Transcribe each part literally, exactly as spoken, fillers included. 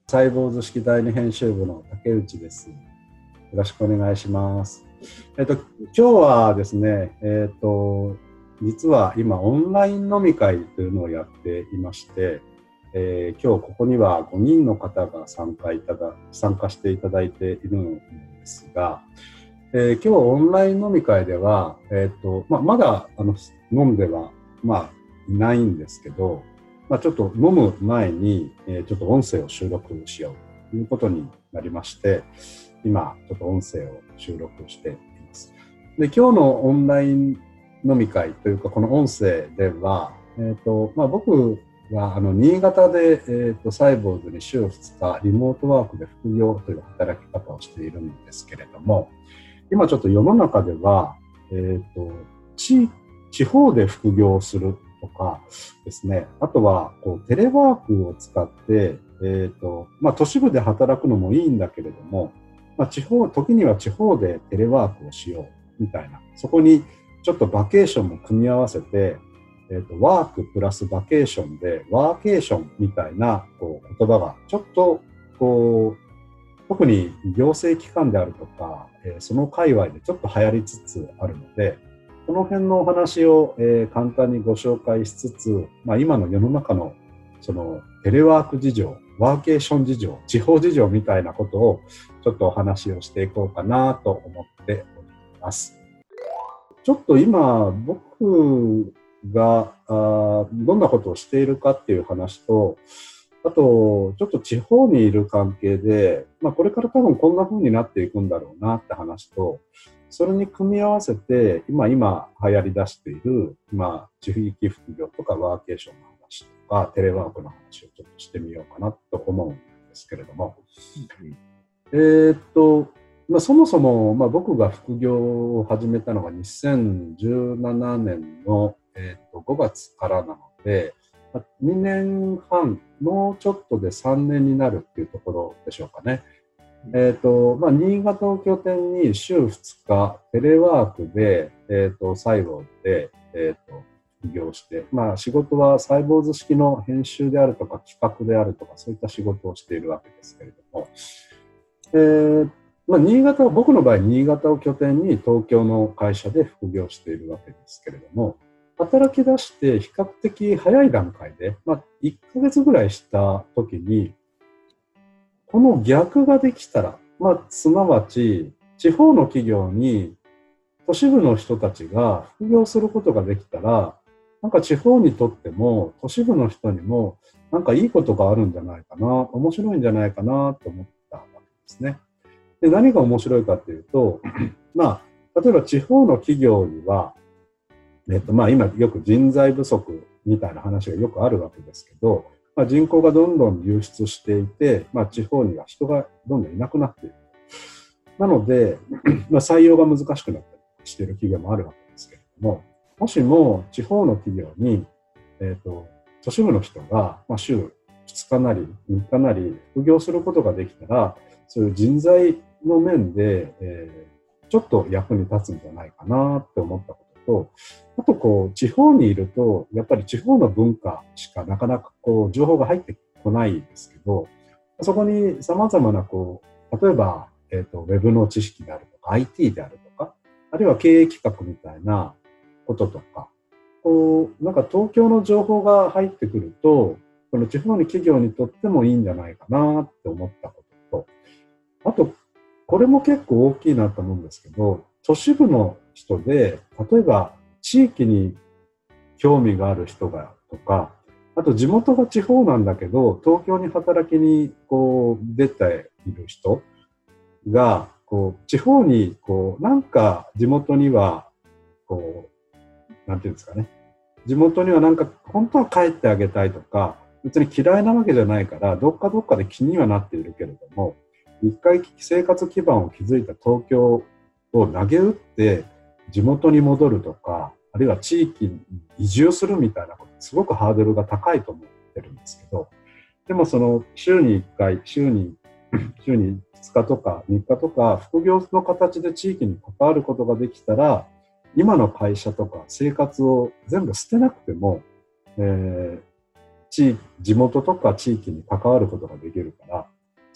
サイボーズ式第二編集部の竹内です。よろしくお願いします。えっと、今日はですね、えっと、実は今オンライン飲み会というのをやっていまして、えー、今日ここにはごにんの方が参加いただ、参加していただいているのですが、えー、今日オンライン飲み会では、えっと、まあ、まだあの飲んでは、まあ、いないんですけど、まあ、ちょっと飲む前に、えー、ちょっと音声を収録しようということになりまして、今ちょっと音声を収録しています。で、今日のオンライン飲み会というか、この音声では、えっと、まあ、僕はあの新潟で、えっと、サイボーズに週ふつかリモートワークで副業という働き方をしているんですけれども、今ちょっと世の中では、えっと、地、地方で副業するとかですね、あとはこうテレワークを使って、えっと、まあ、都市部で働くのもいいんだけれども、まあ、地方、時には地方でテレワークをしようみたいな、そこにちょっとバケーションも組み合わせて、えっと、ワークプラスバケーションでワーケーションみたいなこう言葉がちょっとこう特に行政機関であるとか、えー、その界隈でちょっと流行りつつあるので、この辺のお話を、えー、簡単にご紹介しつつ、まあ、今の世の中のそのテレワーク事情、ワーケーション事情、地方事情みたいなことをちょっとお話をしていこうかなと思っております。ちょっと今僕があどんなことをしているかっていう話と、あと、ちょっと地方にいる関係で、まあ、これから多分こんな風になっていくんだろうなって話と、それに組み合わせて、今、今流行り出している、まあ、地域副業とかワーケーションの話とか、テレワークの話をちょっとしてみようかなと思うんですけれども。うん、えー、っと、まあ、そもそも、まあ、僕が副業を始めたのがにせんじゅうななねんの、えー、っとごがつからなので、にねんはん、もうちょっとでさんねんになるっていうところでしょうかね。えっと、まあ、新潟を拠点に週ふつかテレワークで、えっと、サイボーズで、えっと、起業して、まあ、仕事はサイボーズ式の編集であるとか企画であるとか、そういった仕事をしているわけですけれども、えーまあ、新潟は、僕の場合、新潟を拠点に東京の会社で副業しているわけですけれども、働き出して比較的早い段階で、まあ、いっかげつぐらいした時に、この逆ができたら、まあ、すなわち、地方の企業に都市部の人たちが副業することができたら、なんか地方にとっても、都市部の人にも、なんかいいことがあるんじゃないかな、面白いんじゃないかなと思ったわけですね。で、何が面白いかというと、まあ、例えば地方の企業には、えっと、まあ今よく人材不足みたいな話がよくあるわけですけど、まあ、人口がどんどん流出していて、まあ地方には人がどんどんいなくなっている。なので、まあ採用が難しくなったりしている企業もあるわけですけれども、もしも地方の企業に、えっと、都市部の人が、まあ週ふつかなりみっかなり副業することができたら、そういう人材の面で、えー、ちょっと役に立つんじゃないかなって思ったことと、あとこう地方にいるとやっぱり地方の文化しかなかなかこう情報が入ってこないですけど、そこに様々なこう例えば、えーと、ウェブの知識であるとか アイティー であるとか、あるいは経営企画みたいなこととか、こうなんか東京の情報が入ってくると、この地方の企業にとってもいいんじゃないかなって思ったことと、あとこれも結構大きいなと思うんですけど、都市部の人で例えば地域に興味がある人がとか、あと地元が地方なんだけど東京に働きにこう出ている人がこう地方にこうなんか地元にはこうなんていうんですかね、地元にはなんか本当は帰ってあげたいとか、別に嫌いなわけじゃないからどっかどっかで気にはなっているけれども、一回生活基盤を築いた東京を投げ打って地元に戻るとか、あるいは地域に移住するみたいなこと、すごくハードルが高いと思ってるんですけど、でもその週にいっかい、週に週にふつかとかみっかとか副業の形で地域に関わることができたら、今の会社とか生活を全部捨てなくても、えー、地地元とか地域に関わることができるから、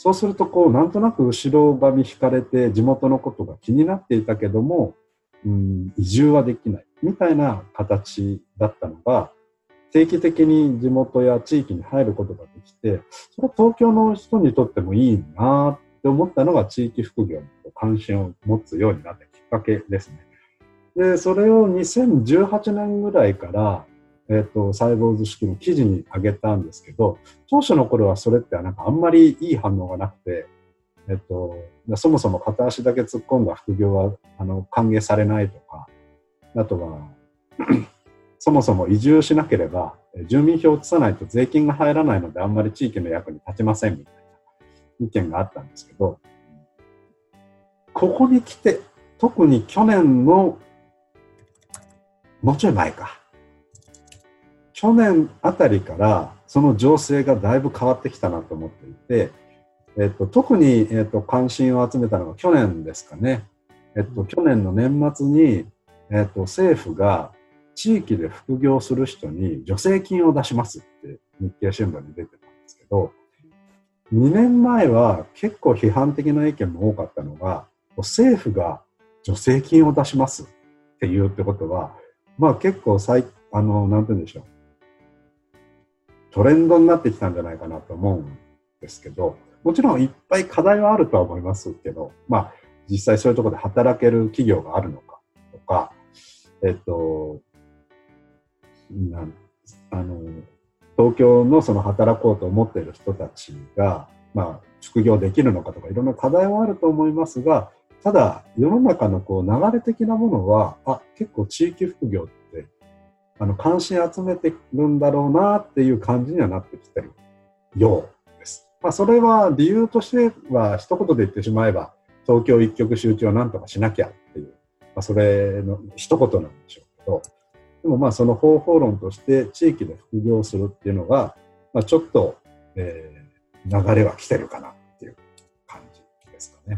そうするとこうなんとなく後ろ髪引かれて地元のことが気になっていたけども、うん、移住はできないみたいな形だったのが、定期的に地元や地域に入ることができて、それは東京の人にとってもいいなって思ったのが地域副業に関心を持つようになったきっかけですね。で、それをにせんじゅうはちねんぐらいから、えっと、サイボーズ式の記事に上げたんですけど、当初の頃はそれってなんかあんまりいい反応がなくて、えっと、そもそも片足だけ突っ込んだ副業はあの歓迎されないとか、あとはそもそも移住しなければ住民票を移さないと税金が入らないのであんまり地域の役に立ちませんみたいな意見があったんですけど、ここに来て特に去年のもうちょい前か去年あたりからその情勢がだいぶ変わってきたなと思っていて、えっと、特に、えっと、関心を集めたのが去年ですかね。えっと、去年の年末に、えっと、政府が地域で副業する人に助成金を出しますって日経新聞に出てたんですけど、にねんまえは結構批判的な意見も多かったのが、政府が助成金を出しますっていうってことは、まあ結構最、あの、なんて言うんでしょう。トレンドになってきたんじゃないかなと思うんですけど、もちろんいっぱい課題はあるとは思いますけど、まあ実際そういうところで働ける企業があるのかとか、えっと、なんあの東京のその働こうと思っている人たちが、まあ、副業できるのかとかいろんな課題はあると思いますが、ただ世の中のこう流れ的なものはあ結構地域副業ってあの関心集めてるんだろうなっていう感じにはなってきてるようです。まあ、それは理由としては一言で言ってしまえば東京一極集中をなんとかしなきゃっていう、まあ、それの一言なんでしょうけど、でもまあその方法論として地域で副業するっていうのが、まあ、ちょっと、えー、流れは来てるかなっていう感じですかね。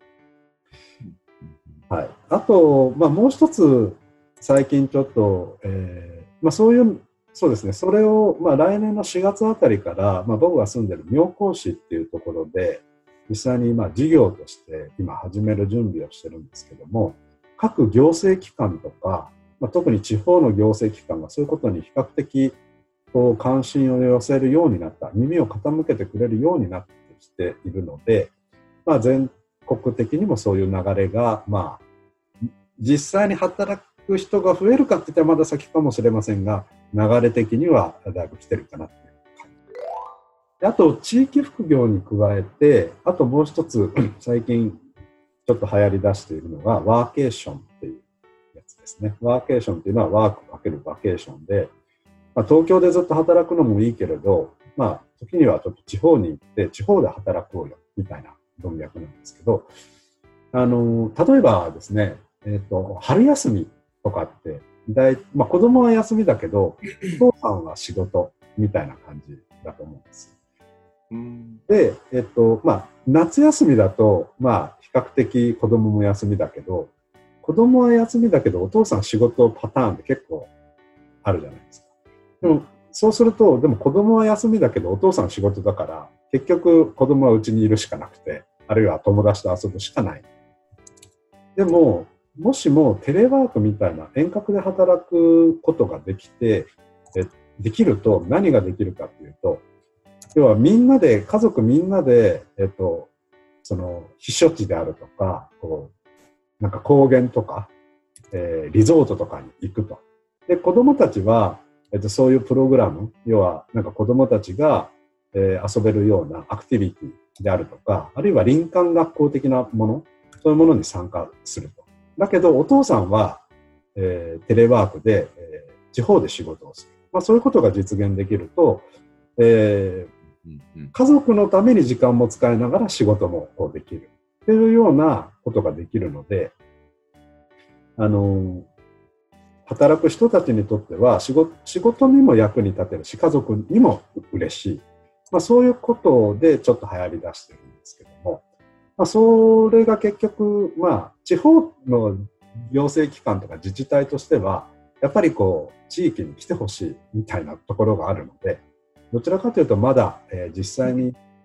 はい、あと、まあ、もう一つ最近ちょっと、えーまあ、そういうそうですね、それを、まあ、来年のしがつあたりから、まあ、僕が住んでる妙高市っていうところで実際にまあ事業として今始める準備をしてるんですけども、各行政機関とかまあ、特に地方の行政機関がそういうことに比較的こう関心を寄せるようになった、耳を傾けてくれるようになってきているので、まあ、全国的にもそういう流れが、まあ、実際に働く人が増えるかっていったらまだ先かもしれませんが、流れ的にはだいぶ来てるかなっていう感じで、あと地域副業に加えて、あともう一つ最近ちょっと流行り出しているのがワーケーションっていうですね。ワーケーションっていうのはワーク×バケーションで、まあ、東京でずっと働くのもいいけれど、まあ、時にはちょっと地方に行って地方で働こうよみたいな文脈なんですけど、あの例えばですね、えーと、春休みとかって大、まあ、子供は休みだけどお父さんは仕事みたいな感じだと思うんです。うんで、えーとまあ、夏休みだと、まあ、比較的子供も休みだけど、子供は休みだけどお父さん仕事パターンって結構あるじゃないですか。でもそうすると、でも子供は休みだけどお父さん仕事だから結局子供はうちにいるしかなくて、あるいは友達と遊ぶしかない。でももしもテレワークみたいな遠隔で働くことができてできると何ができるかっていうと、要はみんなで家族みんなで、えっと、その避暑地であるとかこうなんか高原とか、えー、リゾートとかに行くと。で、子供たちは、えっと、そういうプログラム、要はなんか子供たちが、えー、遊べるようなアクティビティであるとか、あるいは林間学校的なもの、そういうものに参加すると。だけど、お父さんは、えー、テレワークで、えー、地方で仕事をする。まあ、そういうことが実現できると、えー、家族のために時間も使いながら仕事もこうできる。っていうようなことができるので、あの働く人たちにとっては仕事、仕事にも役に立てるし、家族にも嬉しい、まあ、そういうことでちょっと流行り出してるんですけども、まあ、それが結局、まあ、地方の行政機関とか自治体としてはやっぱりこう地域に来てほしいみたいなところがあるので、どちらかというとまだ、えー、実際に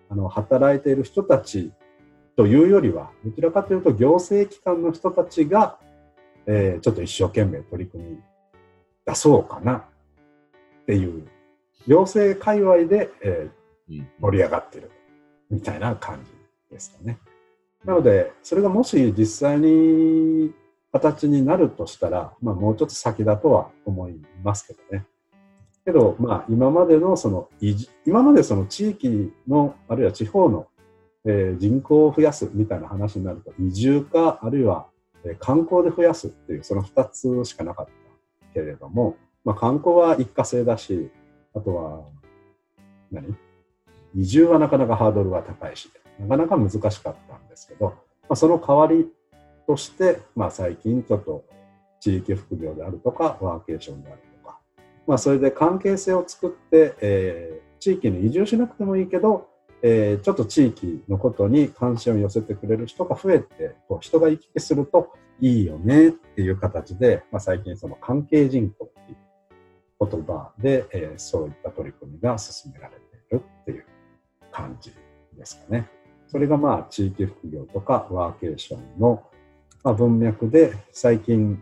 あの働いている人たちというよりは、どちらかというと行政機関の人たちが、えー、ちょっと一生懸命取り組み出そうかなっていう、行政界隈で、えー、盛り上がっているみたいな感じですかね。なので、それがもし実際に形になるとしたら、まあ、もうちょっと先だとは思いますけどね。けど、まあ、今までのその、今までその地域の、あるいは地方の、えー、人口を増やすみたいな話になると、移住か、あるいは、えー、観光で増やすっていう、そのふたつしかなかったけれども、まあ、観光は一過性だし、あとは、何移住はなかなかハードルが高いし、なかなか難しかったんですけど、まあ、その代わりとして、まあ、最近ちょっと地域副業であるとか、ワーケーションであるとか、まあ、それで関係性を作って、えー、地域に移住しなくてもいいけど、えー、ちょっと地域のことに関心を寄せてくれる人が増えて、こう人が行き来するといいよねっていう形で、まあ、最近その関係人口っていう言葉で、えー、そういった取り組みが進められているっていう感じですかね。それがまあ地域副業とかワーケーションのまあ文脈で最近、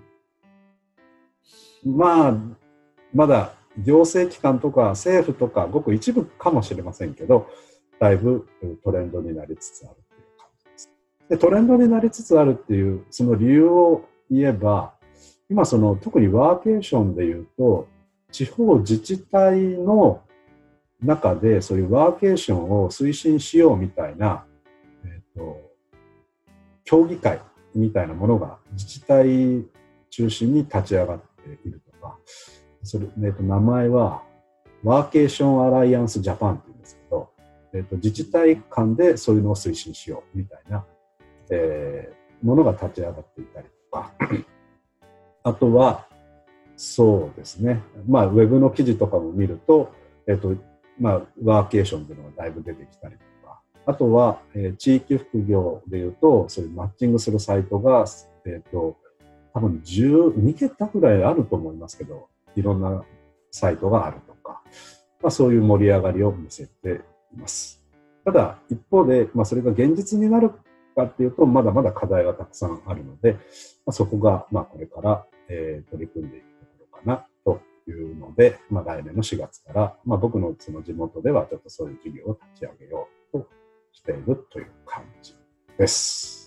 まあまだ行政機関とか政府とかごく一部かもしれませんけど、だいぶトレンドになりつつあるっていう感じです。で、トレンドになりつつあるっていうその理由を言えば、今その特にワーケーションでいうと、地方自治体の中でそういうワーケーションを推進しようみたいな、えーと、協議会みたいなものが自治体中心に立ち上がっているとか、それ、えーと、名前はワーケーションアライアンスジャパンっていうんですけど、えーと、自治体間でそういうのを推進しようみたいな、えー、ものが立ち上がっていたりとか、あとはそうですね、まあウェブの記事とかも見ると、えーとまあ、ワーケーションというのがだいぶ出てきたりとか、あとは、えー、地域副業でいうと、そういうマッチングするサイトが、えっと、多分じゅうにけたぐらいあると思いますけど、いろんなサイトがあるとか、まあ、そういう盛り上がりを見せています。ただ、一方で、まあ、それが現実になるかっていうと、まだまだ課題がたくさんあるので、まあ、そこが、まあ、これから、えー、取り組んでいくところかなというので、まあ、来年のしがつから、まあ、僕のその地元ではちょっとそういう事業を立ち上げようとしているという感じです。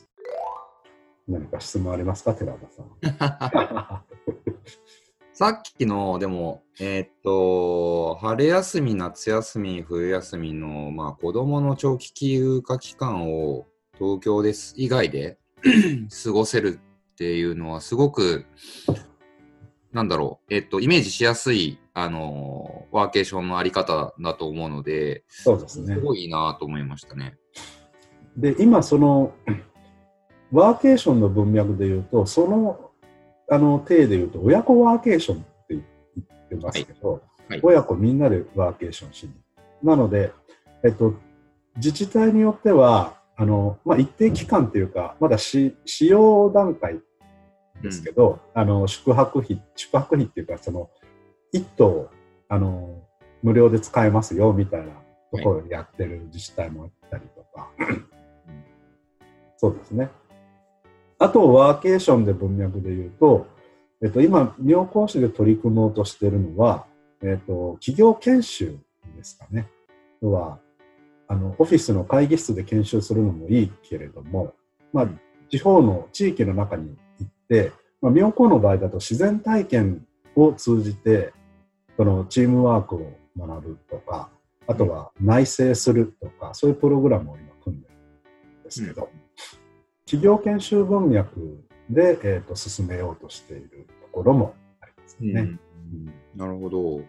何か質問ありますか、寺田さん。 さっきの、でも、えー、っと、春休み、夏休み、冬休みの、まあ、子供の長期休暇期間を東京です以外で過ごせるっていうのは、すごく、なんだろう、えー、っと、イメージしやすい、あの、ワーケーションのあり方だと思うので、 そうですね。 すごいいいなと思いましたね。 で、今、その、ワーケーションの文脈で言うと、その、あの、体で言うと、親子ワーケーションって言ってますけど、はいはい、親子みんなでワーケーションしに。なので、えっと、自治体によっては、あの、まあ、一定期間というか、まだし使用段階ですけど、うん、あの、宿泊費、宿泊費っていうか、その、一棟、あの、無料で使えますよ、みたいなところでやってる自治体もあったりとか、はい、そうですね。あと、ワーケーションで文脈で言うと、えっと、今、妙高市で取り組もうとしているのは、えっと、企業研修ですかね。要は、あの、オフィスの会議室で研修するのもいいけれども、まあ、地方の地域の中に行って、まあ、妙高の場合だと自然体験を通じて、そのチームワークを学ぶとか、あとは内製するとか、そういうプログラムを今組んでるんですけど、うん、企業研修文脈で、えーと、進めようとしているところもありますね。うんうん、なるほど。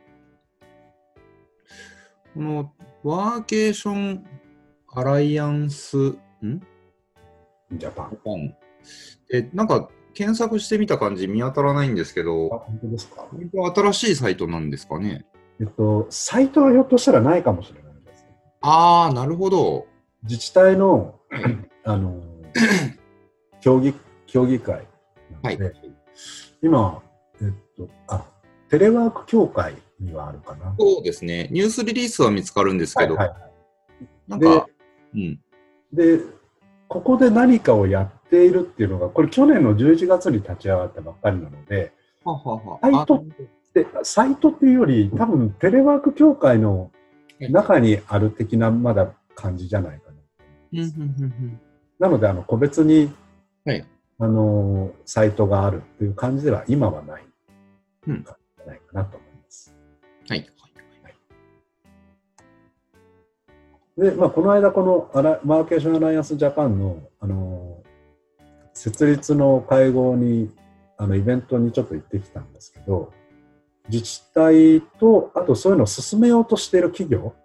このワーケーションアライアンスんジャパン。 え、なんか検索してみた感じ見当たらないんですけど、 あ、本当ですか？ 新しいサイトなんですかね？ えっと、サイトはひょっとしたらないかもしれないです、ね。 ああ、なるほど。 自治体の、あの、協議、協議会なので、はい、今、えっと、あ、テレワーク協会にはあるかな。 そうですね。ニュースリリースは見つかるんですけど、はいはいはい、なんかうん。 で、ここで何かをやっているっていうのが、これ去年のじゅういちがつに立ち上がったばっかりなので、 ははは。 サイトって、サイトっていうより、多分テレワーク協会の中にある的なまだ感じじゃないかな。 うんうんうんうん、 なので、あの個別に、 はい、 あのサイトがあるっていう感じでは今はない、 うん、 じゃないかなと思います。 はい。 で、まあ、この間、このアラマーケーションアライアンスジャパンの、あの設立の会合に、あのイベントにちょっと行ってきたんですけど、自治体と、あとそういうのを進めようとしている企業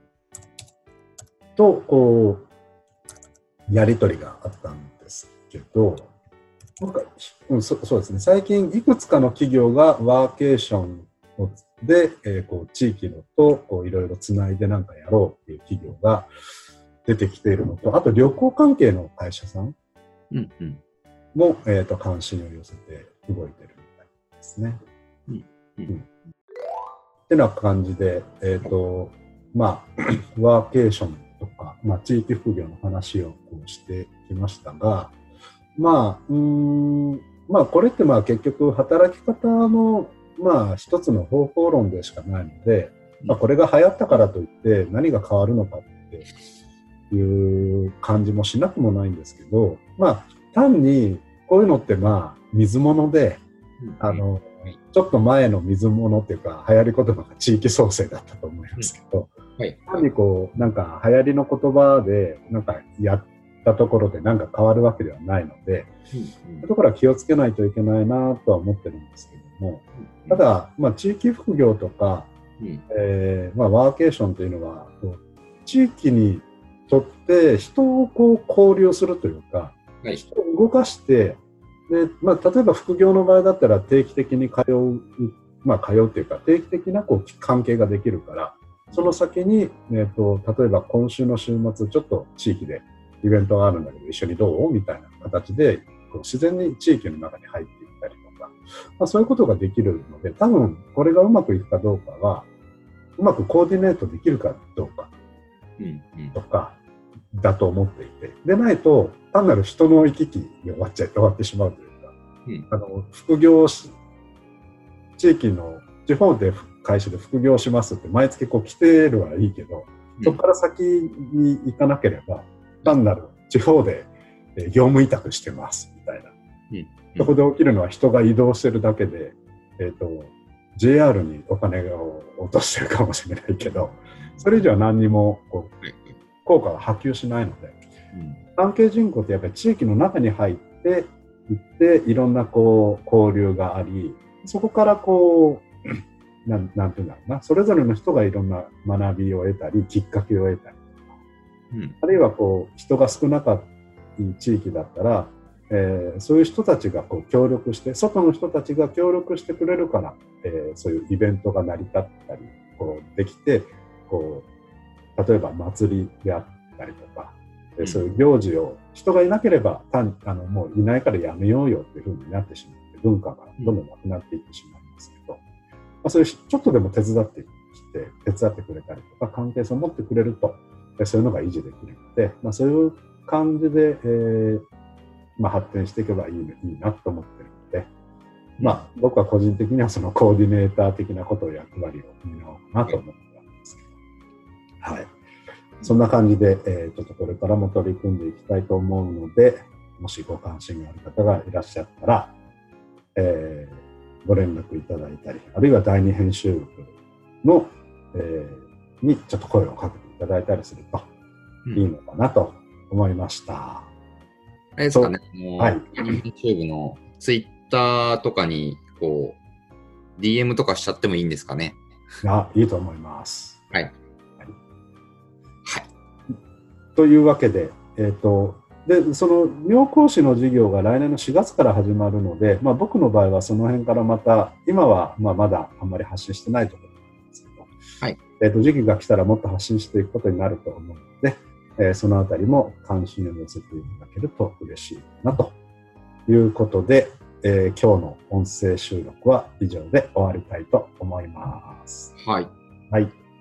と、こう、やり取りがあったんですけど、なんか、うん、そそうですね、最近いくつかの企業がワーケーションで、えー、こう地域のとこういろいろつないでなんかやろうっていう企業が出てきているのと、あと旅行関係の会社さんうんうん、 も、えー、と関心を寄せて動いているみたいですね。 うんうんうん、 ってな感じで、えーとまあ、ワーケーションとか、まあ、地域副業の話をこうしてきましたが、まあ、うーんまあ、これってまあ結局働き方のまあ一つの方法論でしかないので、まあ、これが流行ったからといって何が変わるのかっていう感じもしなくもないんですけど、まあ単にこういうのってまあ水物で、あのちょっと前の水物っていうか流行り言葉が地域創生だったと思いますけど、単にこうなんか流行りの言葉でなんかやったところで何か変わるわけではないので、そういうところは気をつけないといけないなとは思ってるんですけども、ただ、まあ、地域副業とか、うんえーまあ、ワーケーションというのは地域にとって人をこう交流するというか、はい、人を動かしてで、まあ、例えば副業の場合だったら定期的に通う、まあ、通うというか定期的なこう関係ができるから、その先に、えーと、例えば今週の週末ちょっと地域でイベントがあるんだけど一緒にどうみたいな形でこう自然に地域の中に入っていったりとか、まあ、そういうことができるので、多分これがうまくいくかどうかはうまくコーディネートできるかどうかとかだと思っていて、でないと単なる人の行き来に終わっちゃ終わってしまうというか、うん、あの副業し地域の地方で会社で副業しますって毎月こう来てるはいいけど、そこから先に行かなければ単なる地方で業務委託してますみたいな、うんうん、そこで起きるのは人が移動してるだけで、えーと、ジェイアール にお金を落としてるかもしれないけど、それ以上は何にもこう効果が波及しないので、うん、関係人口ってやっぱり地域の中に入っていっていろんなこう交流があり、そこからこう な, なんていうんだろうな、それぞれの人がいろんな学びを得たりきっかけを得たりとか、うん、あるいはこう人が少なかった地域だったら、えー、そういう人たちがこう協力して、外の人たちが協力してくれるから、えー、そういうイベントが成り立ったりこうできて、こう例えば祭りであったりとか、うん、そういう行事を人がいなければ単あのもういないからやめようよっていう風になってしまって、文化がどんどんなくなっていってしまうんですけど、うんまあ、そういうちょっとでも手伝ってきて手伝ってくれたりとか関係性を持ってくれると、そういうのが維持できるので、まあ、そういう感じで、えーまあ、発展していけばいい、いいなと思ってるので、まあ、僕は個人的にはそのコーディネーター的なことを役割を担おうかなと思ってるんですけど、はい、そんな感じで、えー、ちょっとこれからも取り組んでいきたいと思うので、もしご関心がある方がいらっしゃったら、えー、ご連絡いただいたり、あるいは第二編集部の、えー、にちょっと声をかけていただいたりするといいのかなと思いました。うん、 あれですかね、もう、はい、編集部のツイッターとかにこう ディーエム とかしちゃってもいいんですかね。 あ、いいと思います。 はい。はい。 はい、というわけで、えーと、でその妙高市の事業が来年のしがつから始まるので、まあ、僕の場合はその辺からまた、今はまあまだあんまり発信してないところなんですけど、はい、えーと、時期が来たらもっと発信していくことになると思うので、えー、そのあたりも関心を寄せていただけると嬉しいなということで、えー、今日の音声収録は以上で終わりたいと思います。 はい。 はい。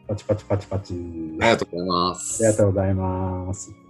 パチパチパチパチ。 ありがとうございます。 ありがとうございます。